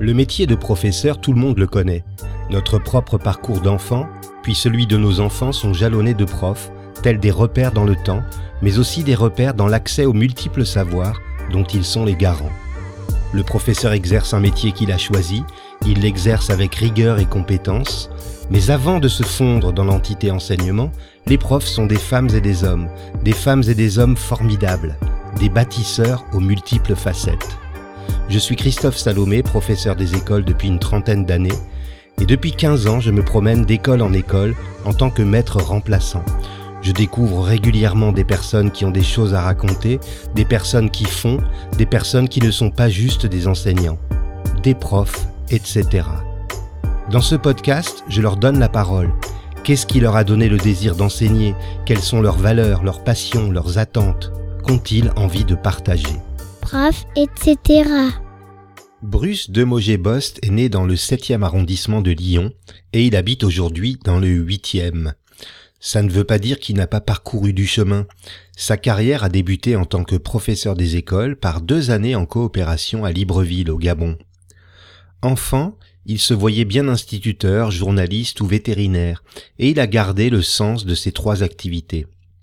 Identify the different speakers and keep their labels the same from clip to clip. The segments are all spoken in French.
Speaker 1: Le métier de professeur, tout le monde le connaît. Notre propre parcours d'enfant, puis celui de nos enfants sont jalonnés de profs, tels des repères dans le temps, mais aussi des repères dans l'accès aux multiples savoirs dont ils sont les garants. Le professeur exerce un métier qu'il a choisi, il l'exerce avec rigueur et compétence, mais avant de se fondre dans l'entité enseignement, les profs sont des femmes et des hommes formidables, des bâtisseurs aux multiples facettes. Je suis Christophe Salomé, professeur des écoles depuis une trentaine d'années, et depuis 15 ans, je me promène d'école en école en tant que maître remplaçant. Je découvre régulièrement des personnes qui ont des choses à raconter, des personnes qui font, des personnes qui ne sont pas juste des enseignants, des profs, etc. Dans ce podcast, je leur donne la parole. Qu'est-ce qui leur a donné le désir d'enseigner? Quelles sont leurs valeurs, leurs passions, leurs attentes? Qu'ont-ils envie de partager?
Speaker 2: Prof, etc.
Speaker 1: Bruce Demogé-Bost est né dans le 7e arrondissement de Lyon et il habite aujourd'hui dans le 8e. Ça ne veut pas dire qu'il n'a pas parcouru du chemin. Sa carrière a débuté en tant que professeur des écoles par 2 années en coopération à Libreville, au Gabon. Enfant, il se voyait bien instituteur, journaliste ou vétérinaire, et il a gardé le sens de ces 3 activités.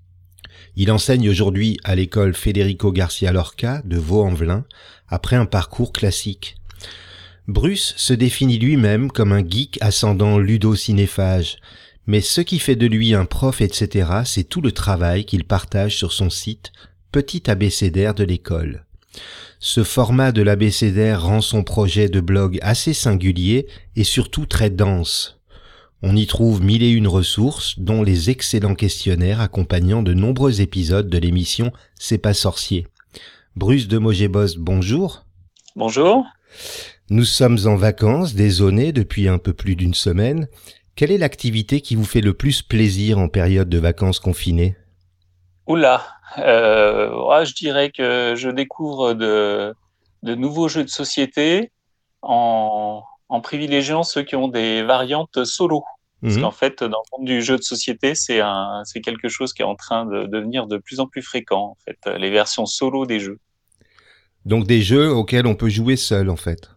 Speaker 1: Il enseigne aujourd'hui à l'école Federico Garcia Lorca de Vaux-en-Velin, après un parcours classique. Bruce se définit lui-même comme un geek ascendant ludo-cinéphage, mais ce qui fait de lui un prof, etc., c'est tout le travail qu'il partage sur son site Petit abécédaire de l'école. Ce format de l'abécédaire rend son projet de blog assez singulier et surtout très dense. On y trouve 1001 ressources, dont les excellents questionnaires accompagnant de nombreux épisodes de l'émission C'est pas sorcier. Bruce Demogé-Bost, bonjour.
Speaker 3: Bonjour.
Speaker 1: Nous sommes en vacances, dézonés depuis un peu plus d'une semaine. Quelle est l'activité qui vous fait le plus plaisir en période de vacances confinées?
Speaker 3: Je dirais que je découvre de nouveaux jeux de société en privilégiant ceux qui ont des variantes solo. Parce qu'en fait, dans le monde du jeu de société, c'est quelque chose qui est en train de devenir de plus en plus fréquent, en fait, les versions solo des jeux.
Speaker 1: Donc des jeux auxquels on peut jouer seul, en fait.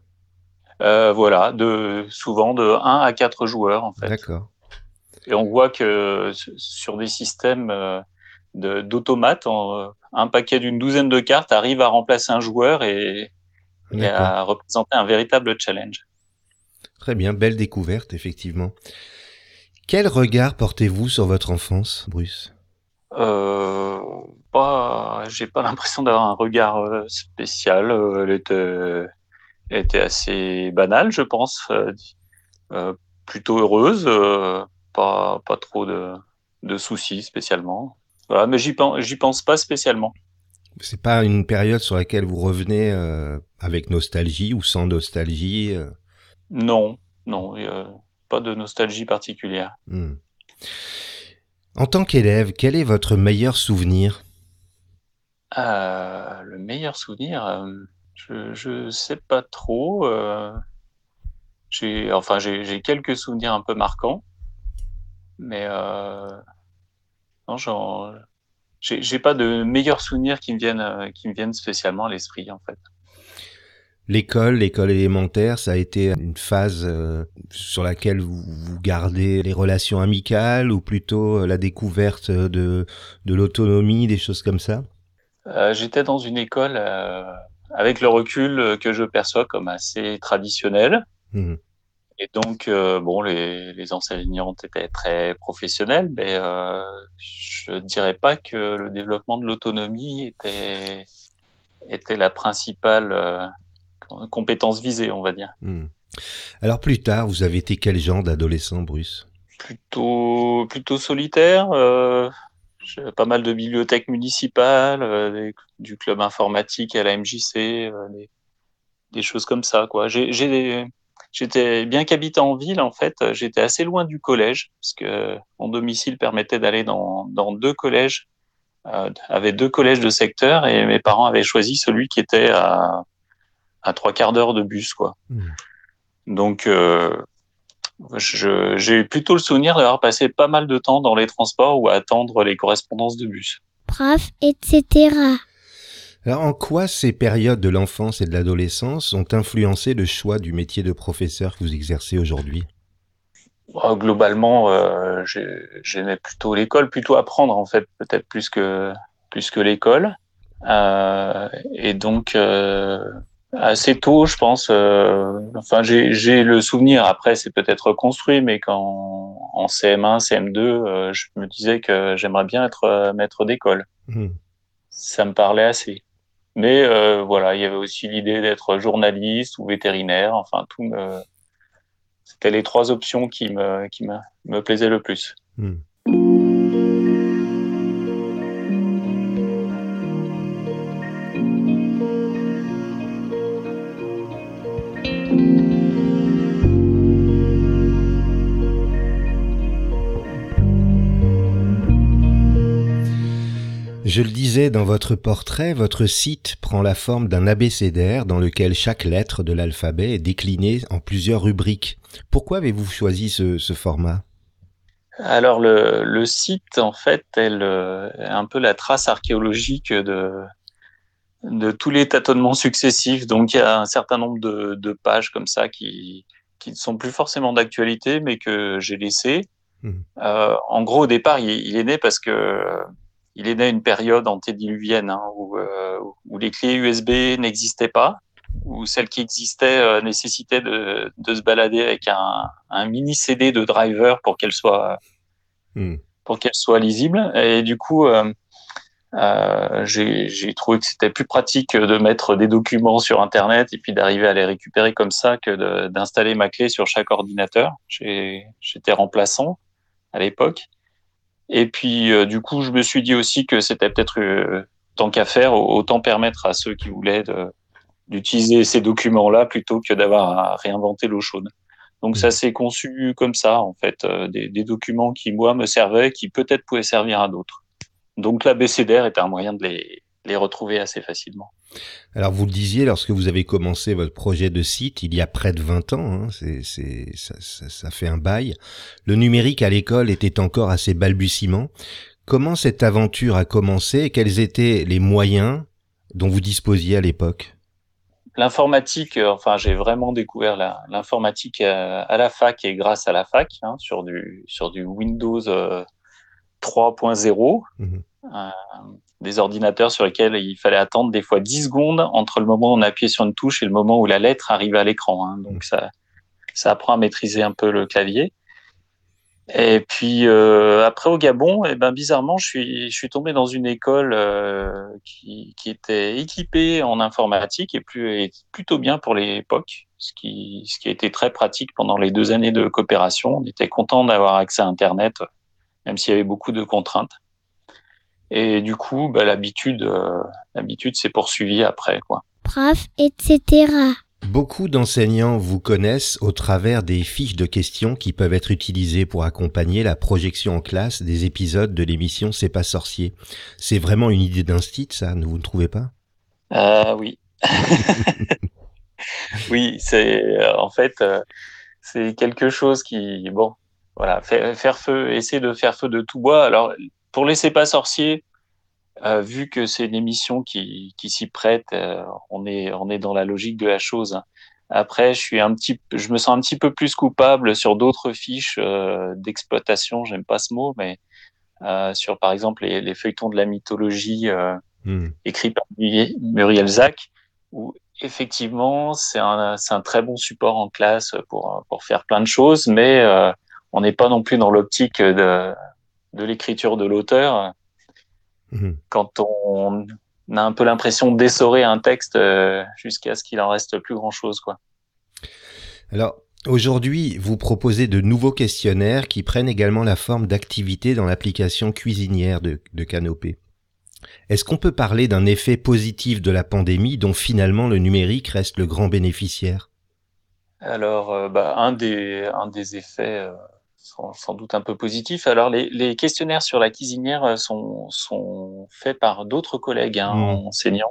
Speaker 3: Souvent de 1 à 4 joueurs, en fait.
Speaker 1: D'accord.
Speaker 3: Et on voit que sur des systèmes d'automates, un paquet d'une douzaine de cartes arrive à remplacer un joueur et à représenter un véritable challenge.
Speaker 1: Très bien, belle découverte, effectivement. Quel regard portez-vous sur votre enfance, Bruce?
Speaker 3: J'ai pas l'impression d'avoir un regard spécial. Elle était assez banale, je pense. Plutôt heureuse, pas trop de soucis spécialement. Voilà, mais j'y pense pas spécialement.
Speaker 1: C'est pas une période sur laquelle vous revenez avec nostalgie ou sans nostalgie?
Speaker 3: Non, pas de nostalgie particulière.
Speaker 1: En tant qu'élève, quel est votre meilleur souvenir?
Speaker 3: Le meilleur souvenir, je sais pas trop. J'ai quelques souvenirs un peu marquants, mais non, j'ai pas de meilleurs souvenirs qui me viennent spécialement à l'esprit, en fait.
Speaker 1: L'école élémentaire, ça a été une phase sur laquelle vous gardez les relations amicales ou plutôt la découverte de l'autonomie, des choses comme ça?
Speaker 3: J'étais dans une école avec le recul que je perçois comme assez traditionnelle. Et donc, les enseignantes étaient très professionnelles, mais je dirais pas que le développement de l'autonomie était la principale compétence visée, on va dire.
Speaker 1: Alors plus tard, vous avez été quel genre d'adolescent, Bruce?
Speaker 3: Plutôt solitaire. J'ai pas mal de bibliothèques municipales, du club informatique à la MJC, des choses comme ça, quoi. J'étais bien qu'habitant en ville, en fait, j'étais assez loin du collège parce que mon domicile permettait d'aller dans 2 collèges, avait 2 collèges de secteur et mes parents avaient choisi celui qui était à 3 quarts d'heure de bus, quoi. Donc, j'ai eu plutôt le souvenir d'avoir passé pas mal de temps dans les transports ou à attendre les correspondances de bus.
Speaker 2: Prof, etc.
Speaker 1: Alors, en quoi ces périodes de l'enfance et de l'adolescence ont influencé le choix du métier de professeur que vous exercez aujourd'hui?
Speaker 3: Globalement, j'aimais plutôt l'école, plutôt apprendre en fait, peut-être plus que l'école. Et donc assez tôt, je pense. Enfin, j'ai le souvenir. Après, c'est peut-être reconstruit, mais quand en CM1, CM2, je me disais que j'aimerais bien être maître d'école.
Speaker 1: Hmm.
Speaker 3: Ça me parlait assez. Mais voilà, il y avait aussi l'idée d'être journaliste ou vétérinaire. Enfin, c'était les trois options me plaisaient le plus.
Speaker 1: Hmm. Je le disais dans votre portrait, votre site prend la forme d'un abécédaire dans lequel chaque lettre de l'alphabet est déclinée en plusieurs rubriques. Pourquoi avez-vous choisi ce format?
Speaker 3: Alors le site, en fait, elle est un peu la trace archéologique de tous les tâtonnements successifs. Donc il y a un certain nombre de pages comme ça qui ne sont plus forcément d'actualité, mais que j'ai laissées.
Speaker 1: Hmm.
Speaker 3: En gros, au départ, il est né parce que il est né à une période antédiluvienne hein, où les clés USB n'existaient pas, où celles qui existaient nécessitaient de se balader avec un mini CD de driver
Speaker 1: Hmm.
Speaker 3: pour qu'elle soit lisible. Et du coup, j'ai trouvé que c'était plus pratique de mettre des documents sur Internet et puis d'arriver à les récupérer comme ça que d'installer ma clé sur chaque ordinateur. J'étais remplaçant à l'époque. Et puis, du coup, je me suis dit aussi que c'était peut-être, tant qu'à faire, autant permettre à ceux qui voulaient d'utiliser ces documents-là plutôt que d'avoir à réinventer l'eau chaude. Donc
Speaker 1: Hmm.
Speaker 3: ça s'est conçu comme ça, en fait, des documents qui, moi, me servaient, qui peut-être pouvaient servir à d'autres. Donc l'abécédaire était un moyen de les retrouver assez facilement.
Speaker 1: Alors vous le disiez, lorsque vous avez commencé votre projet de site, il y a près de 20 ans, hein, ça fait un bail, le numérique à l'école était encore assez balbutiement. Comment cette aventure a commencé et quels étaient les moyens dont vous disposiez à l'époque?
Speaker 3: L'informatique, enfin, j'ai vraiment découvert l'informatique à la fac et grâce à la fac, hein, sur du Windows 3.0,
Speaker 1: Mhm.
Speaker 3: euh, des ordinateurs sur lesquels il fallait attendre des fois 10 secondes entre le moment où on appuyait sur une touche et le moment où la lettre arrivait à l'écran. Hein. Donc ça apprend à maîtriser un peu le clavier. Et puis après au Gabon, et ben bizarrement, je suis tombé dans une école qui était équipée en informatique et plutôt bien pour l'époque, ce qui a été très pratique pendant les 2 années de coopération. On était content d'avoir accès à Internet, même s'il y avait beaucoup de contraintes. Et du coup, bah, l'habitude s'est poursuivie après, quoi.
Speaker 2: Prof, etc.
Speaker 1: Beaucoup d'enseignants vous connaissent au travers des fiches de questions qui peuvent être utilisées pour accompagner la projection en classe des épisodes de l'émission C'est pas sorcier. C'est vraiment une idée d'instit, ça, vous ne trouvez pas?
Speaker 3: Oui, oui, c'est en fait c'est quelque chose qui, bon, voilà, faire feu, essayer de faire feu de tout bois. Alors pour les C'est pas sorcier, vu que c'est une émission qui s'y prête, on est dans la logique de la chose. Après, je me sens un petit peu plus coupable sur d'autres fiches d'exploitation. J'aime pas ce mot, mais sur par exemple les feuilletons de la mythologie
Speaker 1: Hmm.
Speaker 3: écrits par Muriel Zac, où effectivement c'est un très bon support en classe pour faire plein de choses, mais on n'est pas non plus dans l'optique de l'écriture de l'auteur
Speaker 1: Hmm.
Speaker 3: quand on a un peu l'impression d'essorer un texte jusqu'à ce qu'il en reste plus grand chose, quoi.
Speaker 1: Alors, aujourd'hui, vous proposez de nouveaux questionnaires qui prennent également la forme d'activités dans l'application cuisinière de Canopé. Est-ce qu'on peut parler d'un effet positif de la pandémie dont finalement le numérique reste le grand bénéficiaire?
Speaker 3: Alors, bah, un des effets sans doute un peu positifs. Alors, les questionnaires sur la cuisinière sont faits par d'autres collègues hein,
Speaker 1: Hmm.
Speaker 3: enseignants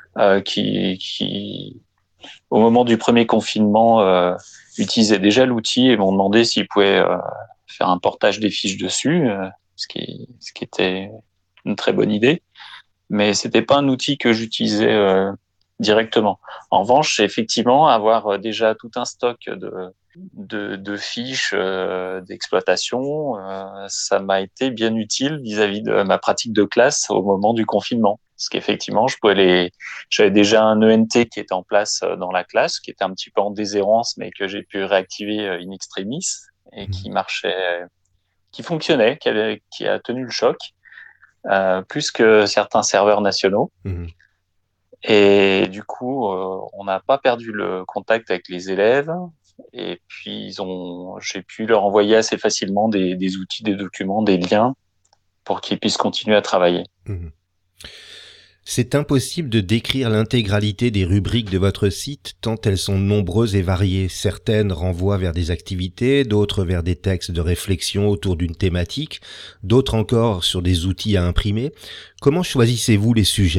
Speaker 3: au moment du premier confinement, utilisaient déjà l'outil et m'ont demandé s'ils pouvaient faire un portage des fiches dessus, ce qui était une très bonne idée. mais c'était pas un outil que j'utilisais directement. En revanche, effectivement, avoir déjà tout un stock de fiches d'exploitation, ça m'a été bien utile vis-à-vis de ma pratique de classe au moment du confinement. Parce qu'effectivement, j'avais déjà un ENT qui était en place dans la classe, qui était un petit peu en déshérence, mais que j'ai pu réactiver in extremis et qui marchait, qui fonctionnait, qui a tenu le choc, plus que certains serveurs nationaux. Et du coup, on n'a pas perdu le contact avec les élèves. Et puis, j'ai pu leur envoyer assez facilement des outils, des documents, des liens pour qu'ils puissent continuer à travailler.
Speaker 1: C'est impossible de décrire l'intégralité des rubriques de votre site, tant elles sont nombreuses et variées. Certaines renvoient vers des activités, d'autres vers des textes de réflexion autour d'une thématique, d'autres encore sur des outils à imprimer. Comment choisissez-vous les sujets ?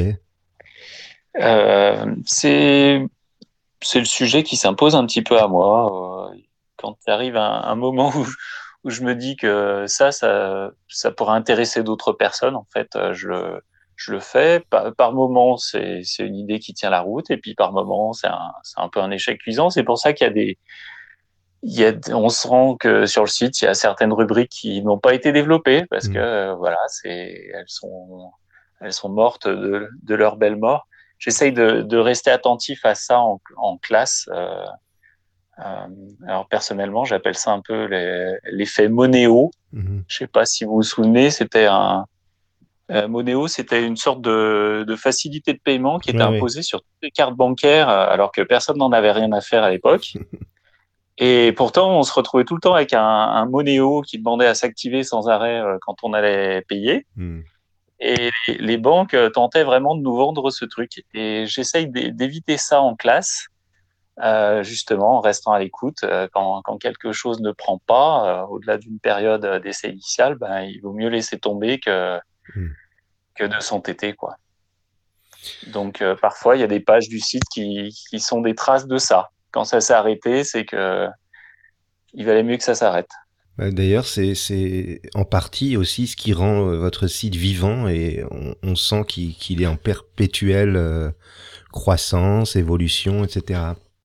Speaker 3: C'est le sujet qui s'impose un petit peu à moi. Quand arrive un moment où je me dis que ça pourrait intéresser d'autres personnes, en fait, je le fais. Par moment, c'est une idée qui tient la route, et puis par moment, c'est un peu un échec cuisant. C'est pour ça qu'il y a on se rend que sur le site, il y a certaines rubriques qui n'ont pas été développées parce que voilà, elles sont mortes de leur belle mort. J'essaye de rester attentif à ça en classe. Alors personnellement, j'appelle ça un peu l'effet Monéo. Je sais pas si vous vous souvenez, Monéo, c'était une sorte de facilité de paiement qui était imposée sur toutes les cartes bancaires, alors que personne n'en avait rien à faire à l'époque. Et pourtant, on se retrouvait tout le temps avec un Monéo qui demandait à s'activer sans arrêt quand on allait payer. Et les banques tentaient vraiment de nous vendre ce truc. Et j'essaye d'éviter ça en classe, justement, en restant à l'écoute. Quand quelque chose ne prend pas, au-delà d'une période d'essai initial, il vaut mieux laisser tomber que de s'entêter, quoi. Donc, parfois, il y a des pages du site qui sont des traces de ça. Quand ça s'est arrêté, c'est que il valait mieux que ça s'arrête.
Speaker 1: D'ailleurs, c'est en partie aussi ce qui rend votre site vivant, et on sent qu'il est en perpétuelle croissance, évolution, etc.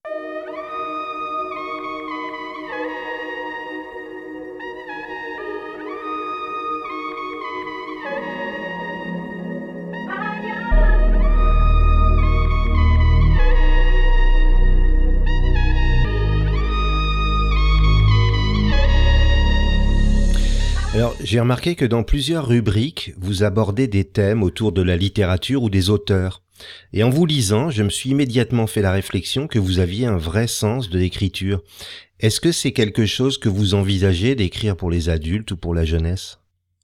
Speaker 1: Alors, j'ai remarqué que dans plusieurs rubriques, vous abordez des thèmes autour de la littérature ou des auteurs. Et en vous lisant, je me suis immédiatement fait la réflexion que vous aviez un vrai sens de l'écriture. Est-ce que c'est quelque chose que vous envisagez d'écrire pour les adultes ou pour la jeunesse ?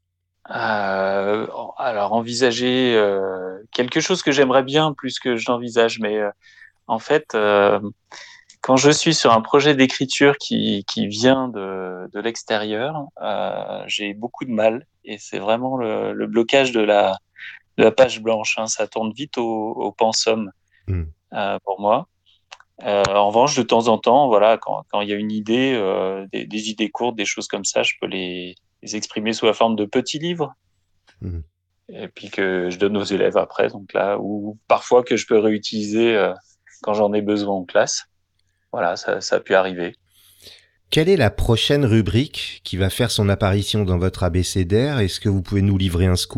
Speaker 3: Alors, envisager quelque chose que j'aimerais bien plus que je n'envisage, mais en fait, quand je suis sur un projet d'écriture qui vient de l'extérieur, j'ai beaucoup de mal, et c'est vraiment le blocage de la page blanche. Hein. Ça tourne vite au pensum pour moi. En revanche, de temps en temps, voilà, quand il y a une idée, des idées courtes, des choses comme ça, je peux les exprimer sous la forme de petits livres. Et puis que je donne aux élèves après, donc là, ou parfois que je peux réutiliser quand j'en ai besoin en classe. Voilà, ça a pu arriver.
Speaker 1: Quelle est la prochaine rubrique qui va faire son apparition dans votre abécédaire ? Est-ce que vous pouvez nous livrer un scoop ?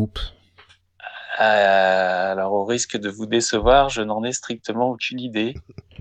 Speaker 3: Alors, au risque de vous décevoir, je n'en ai strictement aucune idée.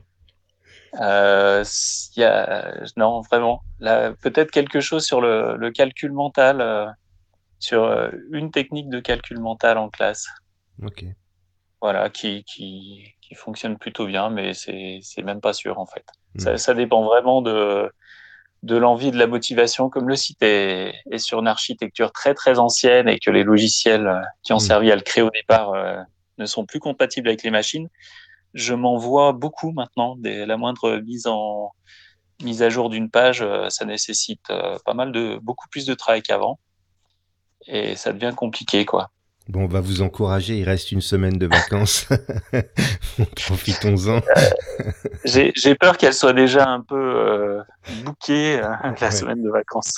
Speaker 3: Non, vraiment. Là, peut-être quelque chose sur le calcul mental, sur une technique de calcul mental en classe.
Speaker 1: Ok.
Speaker 3: Voilà, qui fonctionne plutôt bien, mais c'est même pas sûr en fait. Ça dépend vraiment de l'envie, de la motivation. Comme le site est sur une architecture très très ancienne et que les logiciels qui ont servi à le créer au départ ne sont plus compatibles avec les machines, je m'en vois beaucoup maintenant. La moindre mise à jour d'une page, ça nécessite beaucoup plus de travail qu'avant, et ça devient compliqué, quoi.
Speaker 1: Bon, on va vous encourager, il reste une semaine de vacances. Profitons-en.
Speaker 3: J'ai peur qu'elle soit déjà un peu bookée, la semaine de vacances.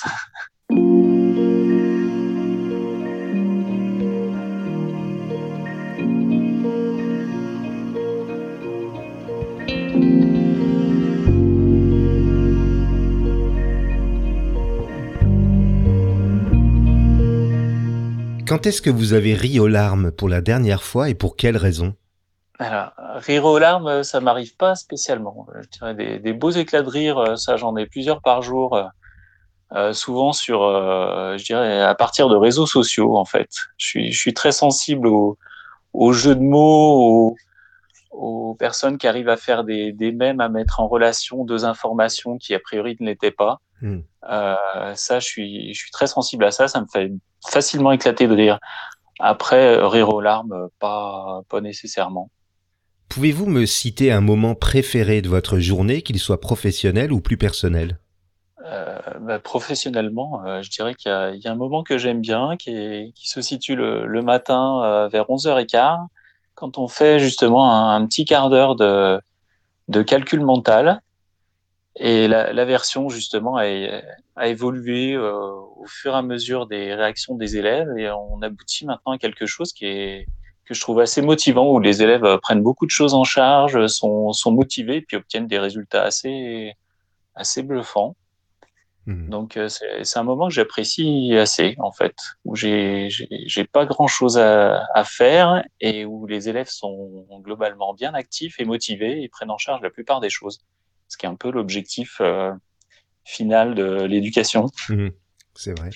Speaker 1: Quand est-ce que vous avez ri aux larmes pour la dernière fois et pour quelle raison?
Speaker 3: Alors, rire aux larmes, ça m'arrive pas spécialement. Je dirais des beaux éclats de rire, ça j'en ai plusieurs par jour, souvent sur, je dirais à partir de réseaux sociaux en fait. Je suis très sensible aux jeux de mots, aux personnes qui arrivent à faire des mèmes, à mettre en relation deux informations qui a priori ne l'étaient pas.
Speaker 1: Hmm.
Speaker 3: Ça, je suis très sensible à ça. Ça me fait facilement éclater de rire. Après, rire aux larmes, pas nécessairement.
Speaker 1: Pouvez-vous me citer un moment préféré de votre journée, qu'il soit professionnel ou plus personnel?
Speaker 3: Professionnellement, je dirais qu'il y a un moment que j'aime bien, qui se situe le matin vers 11h15, quand on fait justement un petit quart d'heure de calcul mental. Et la version justement a évolué au fur et à mesure des réactions des élèves, et on aboutit maintenant à quelque chose que je trouve assez motivant, où les élèves prennent beaucoup de choses en charge, sont motivés, puis obtiennent des résultats assez bluffants.
Speaker 1: Hmm.
Speaker 3: Donc c'est un moment que j'apprécie assez en fait, où j'ai pas grand chose à faire, et où les élèves sont globalement bien actifs et motivés et prennent en charge la plupart des choses, ce qui est un peu l'objectif final de l'éducation.
Speaker 1: Hmm. C'est vrai.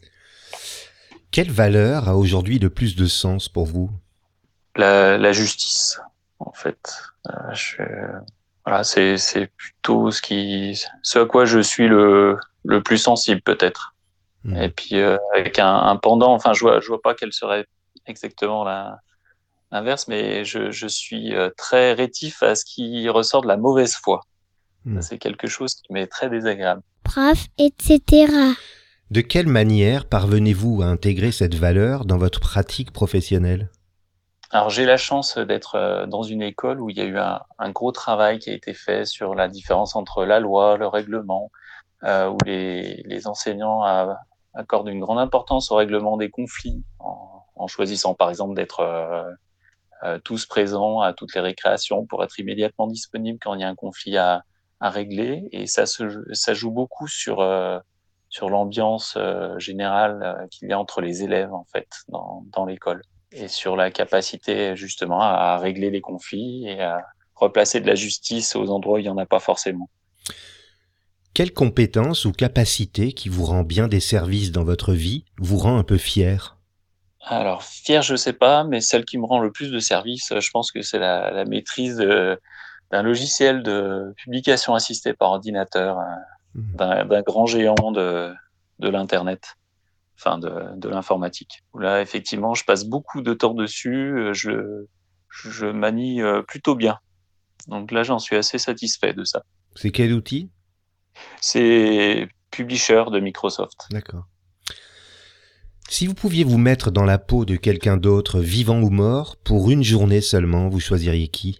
Speaker 1: Quelle valeur a aujourd'hui le plus de sens pour vous?
Speaker 3: La justice en fait. Voilà, c'est plutôt ce à quoi je suis le plus sensible peut-être.
Speaker 1: Hmm.
Speaker 3: Et puis avec un pendant, enfin je vois pas quelle serait exactement l'inverse, mais je suis très rétif à ce qui ressort de la mauvaise foi.
Speaker 1: Hmm.
Speaker 3: C'est quelque chose qui m'est très désagréable.
Speaker 2: Prof, etc.
Speaker 1: De quelle manière parvenez-vous à intégrer cette valeur dans votre pratique professionnelle?
Speaker 3: Alors j'ai la chance d'être dans une école où il y a eu un gros travail qui a été fait sur la différence entre la loi, le règlement, où les enseignants accordent une grande importance au règlement des conflits, en choisissant par exemple d'être tous présents à toutes les récréations pour être immédiatement disponibles quand il y a un conflit à régler. Et ça joue beaucoup sur l'ambiance générale qu'il y a entre les élèves en fait dans l'école, et sur la capacité justement à régler les conflits et à replacer de la justice aux endroits où il n'y en a pas forcément.
Speaker 1: Quelle compétence ou capacité qui vous rend bien des services dans votre vie vous rend un peu fier?
Speaker 3: Alors, fier, je sais pas, mais celle qui me rend le plus de service, je pense que c'est la maîtrise d'un logiciel de publication assistée par ordinateur,
Speaker 1: Hmm.
Speaker 3: d'un grand géant de l'Internet, enfin de l'informatique. Où là, effectivement, je passe beaucoup de temps dessus, je manie plutôt bien. Donc là, j'en suis assez satisfait de ça.
Speaker 1: C'est quel outil?
Speaker 3: C'est Publisher de Microsoft.
Speaker 1: D'accord. Si vous pouviez vous mettre dans la peau de quelqu'un d'autre, vivant ou mort, pour une journée seulement, vous choisiriez qui?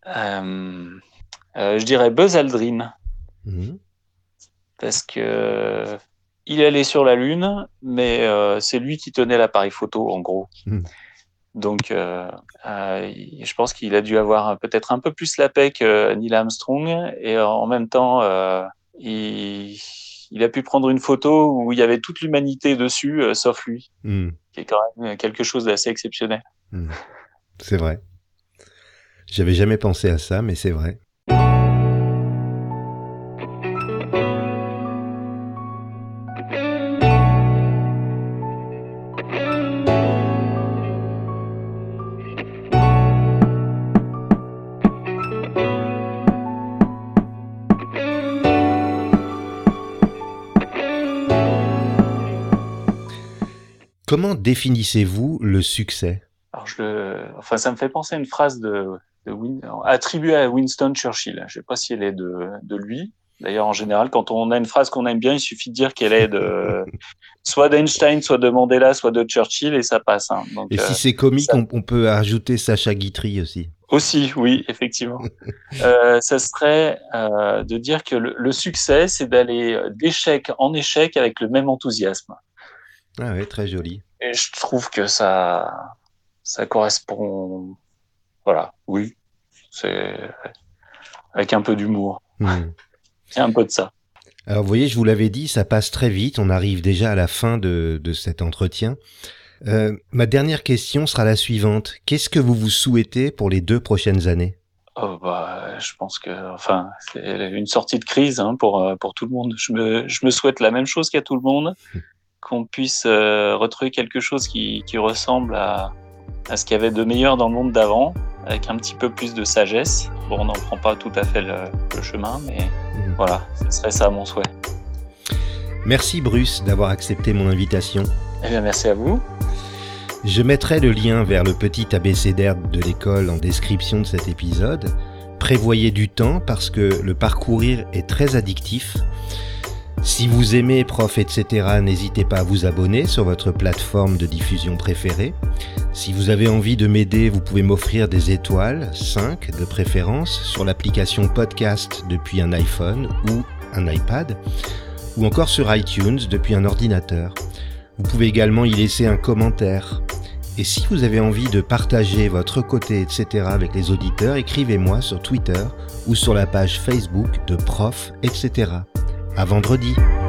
Speaker 3: Je dirais Buzz Aldrin,
Speaker 1: Mhm.
Speaker 3: parce que il allait sur la Lune, mais c'est lui qui tenait l'appareil photo, en gros.
Speaker 1: Mhm.
Speaker 3: Donc, je pense qu'il a dû avoir peut-être un peu plus la paix que Neil Armstrong, et en même temps, il a pu prendre une photo où il y avait toute l'humanité dessus, sauf lui,
Speaker 1: Mhm.
Speaker 3: qui est quand même quelque chose d'assez exceptionnel.
Speaker 1: Mhm. C'est vrai. J'avais jamais pensé à ça, mais c'est vrai. Comment définissez-vous le succès?
Speaker 3: Alors ça me fait penser à une phrase attribuée à Winston Churchill. Je sais pas si elle est de lui. D'ailleurs, en général, quand on a une phrase qu'on aime bien, il suffit de dire qu'elle est soit d'Einstein, soit de Mandela, soit de Churchill, et ça passe. Hein. Donc,
Speaker 1: Et si c'est comique,
Speaker 3: ça
Speaker 1: on peut ajouter Sacha Guitry aussi.
Speaker 3: aussi, oui, effectivement. Ça serait de dire que le succès, c'est d'aller d'échec en échec avec le même enthousiasme.
Speaker 1: Ah ouais, très joli.
Speaker 3: Et je trouve que ça correspond. Voilà, oui, c'est avec un peu d'humour.
Speaker 1: Hmm.
Speaker 3: Il y a un peu de ça.
Speaker 1: Alors vous voyez, je vous l'avais dit, ça passe très vite, on arrive déjà à la fin de cet entretien. Ma dernière question sera la suivante. Qu'est-ce que vous vous souhaitez pour les 2 prochaines années ?
Speaker 3: Je pense que, c'est une sortie de crise pour tout le monde. Je me souhaite la même chose qu'à tout le monde, qu'on puisse retrouver quelque chose qui ressemble à ce qu'il y avait de meilleur dans le monde d'avant, avec un petit peu plus de sagesse. Bon, on n'en prend pas tout à fait le chemin, mais voilà, ce serait ça mon souhait.
Speaker 1: Merci Bruce d'avoir accepté mon invitation.
Speaker 3: Eh bien, merci à vous.
Speaker 1: Je mettrai le lien vers le petit abécédaire de l'école en description de cet épisode. Prévoyez du temps parce que le parcourir est très addictif. Si vous aimez Prof, etc., n'hésitez pas à vous abonner sur votre plateforme de diffusion préférée. Si vous avez envie de m'aider, vous pouvez m'offrir des étoiles, 5 de préférence, sur l'application podcast depuis un iPhone ou un iPad, ou encore sur iTunes depuis un ordinateur. Vous pouvez également y laisser un commentaire. Et si vous avez envie de partager votre côté, etc. avec les auditeurs, écrivez-moi sur Twitter ou sur la page Facebook de Prof, etc. À vendredi.